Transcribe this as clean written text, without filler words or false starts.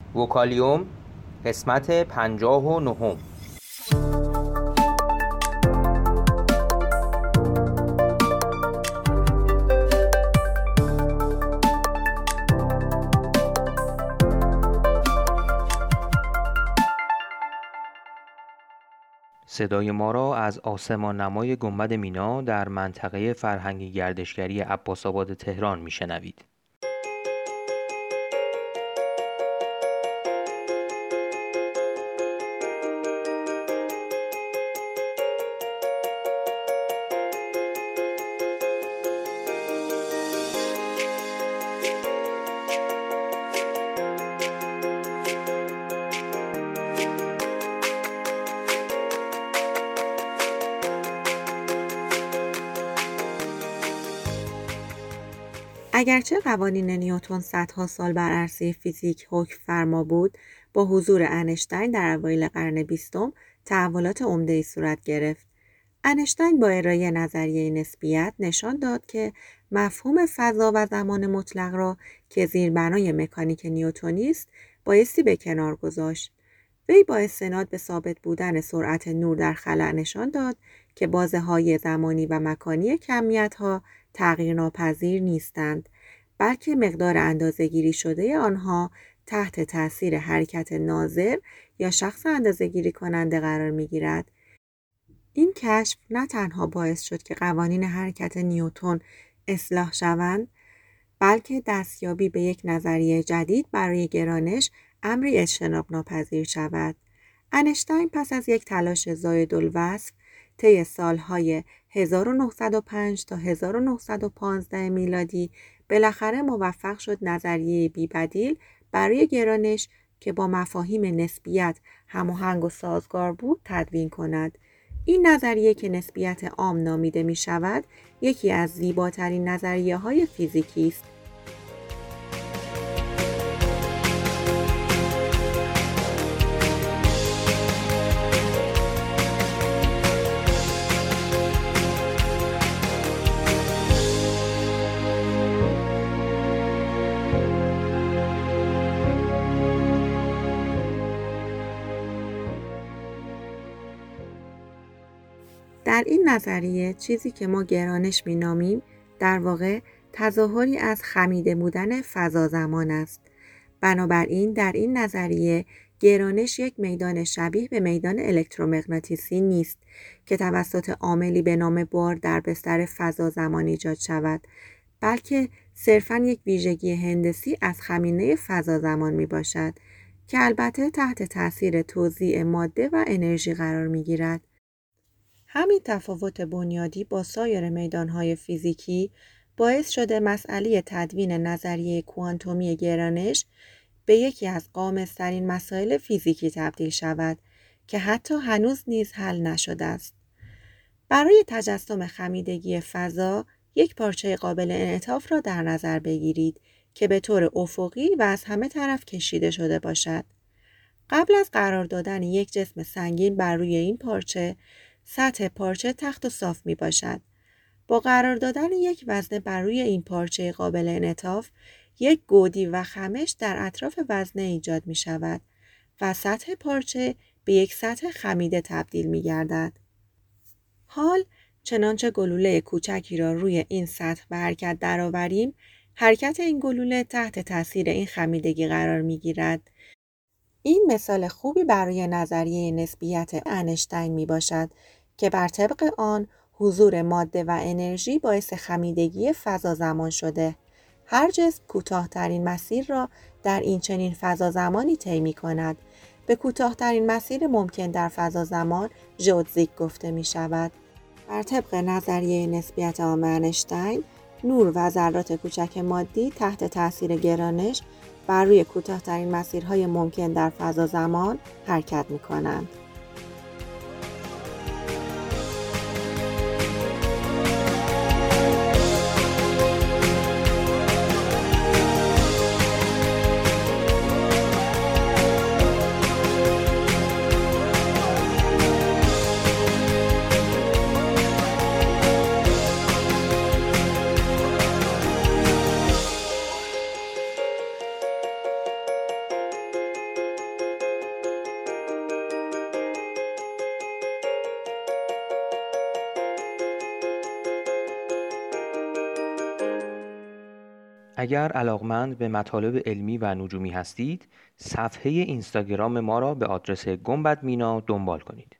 وکالیوم قسمت 59. صدای ما را از آسمان نمای گنبد مینا در منطقه فرهنگی گردشگری عباس‌آباد تهران میشنوید. اگرچه قوانین نیوتن صدها سال بر عرصه فیزیک حکم فرما بود، با حضور انشتین در اوایل قرن 20 تحولات عمده‌ای صورت گرفت. انشتین با ارائه نظریه نسبیت نشان داد که مفهوم فضا و زمان مطلق را که زیربنای مکانیک نیوتنی است، بایستی به کنار گذاشت. وی با استناد به ثابت بودن سرعت نور در خلا نشان داد که بازه‌های زمانی و مکانی کمیت‌ها تغییرناپذیر نیستند، بلکه مقدار اندازه‌گیری شده آنها تحت تأثیر حرکت ناظر یا شخص اندازه‌گیری کننده قرار می‌گیرد. این کشف نه تنها باعث شد که قوانین حرکت نیوتن اصلاح شوند، بلکه دستیابی به یک نظریه جدید برای گرانش امری اجتناب ناپذیر شود. انشتین پس از یک تلاش زایدالوصف طی سالهای 1905 تا 1915 میلادی بالاخره موفق شد نظریه بی‌بدیل برای گرانش که با مفاهیم نسبیت هماهنگ و سازگار بود تدوین کند. این نظریه که نسبیت عام نامیده می شود، یکی از زیباترین نظریه های فیزیکی است. در این نظریه چیزی که ما گرانش می‌نامیم در واقع تظاهری از خمیده بودن فضا زمان است. بنابراین در این نظریه گرانش یک میدان شبیه به میدان الکترومغناطیسی نیست که توسط عاملی به نام بار در بستر فضا زمان ایجاد شود، بلکه صرفاً یک ویژگی هندسی از خمینه فضا زمان می باشد که البته تحت تأثیر توزیع ماده و انرژی قرار می گیرد. همین تفاوت بنیادی با سایر میدانهای فیزیکی باعث شده مسئله تدوین نظریه کوانتومی گرانش به یکی از غامض‌ترین مسائل فیزیکی تبدیل شود که حتی هنوز نیز حل نشده است. برای تجسم خمیدگی فضا، یک پارچه قابل انعطاف را در نظر بگیرید که به طور افقی و از همه طرف کشیده شده باشد. قبل از قرار دادن یک جسم سنگین بر روی این پارچه، سطح پارچه تخت و صاف می باشد. با قرار دادن یک وزنه بر روی این پارچه قابل انعطاف، یک گودی و خمش در اطراف وزنه ایجاد می شود و سطح پارچه به یک سطح خمیده تبدیل می گردد. حال چنانچه گلوله کوچکی را روی این سطح به حرکت درآوریم، حرکت این گلوله تحت تاثیر این خمیدگی قرار می گیرد. این مثال خوبی برای نظریه نسبیت انشتین می باشد که بر طبق آن حضور ماده و انرژی باعث خمیدگی فضا زمان شده. هر جسم کوتاه‌ترین مسیر را در این چنین فضا زمانی طی می‌کند. به کوتاه‌ترین مسیر ممکن در فضا زمان ژئودزیک گفته می‌شود. بر طبق نظریه نسبیت عام انشتین، نور و ذرات کوچک مادی تحت تاثیر گرانش بر روی کوتاه‌ترین مسیرهای ممکن در فضا زمان حرکت می‌کنند. اگر علاقمند به مطالب علمی و نجومی هستید، صفحه اینستاگرام ما را به آدرس گنبد مینا دنبال کنید.